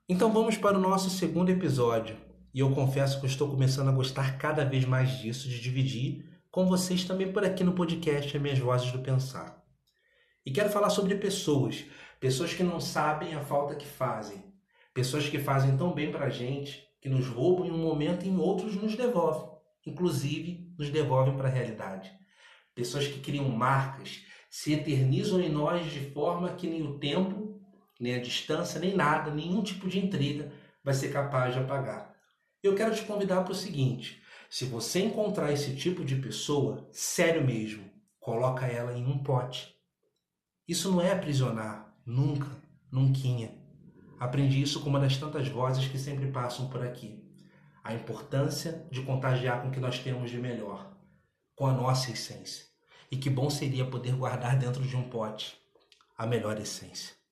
Então vamos para o nosso segundo episódio. E eu confesso que eu estou começando a gostar cada vez mais disso, de dividir com vocês também por aqui no podcast as minhas vozes do pensar. E quero falar sobre pessoas, pessoas que não sabem a falta que fazem, pessoas que fazem tão bem pra gente, que nos roubam em um momento e em outros nos devolvem, inclusive nos devolvem para a realidade. Pessoas que criam marcas, se eternizam em nós de forma que nem o tempo, nem a distância, nem nada, nenhum tipo de intriga vai ser capaz de apagar. Eu quero te convidar para o seguinte: se você encontrar esse tipo de pessoa, sério mesmo, coloca ela em um pote. Isso não é aprisionar, nunca, nunquinha. Aprendi isso com uma das tantas vozes que sempre passam por aqui. A importância de contagiar com o que nós temos de melhor, com a nossa essência. E que bom seria poder guardar dentro de um pote a melhor essência.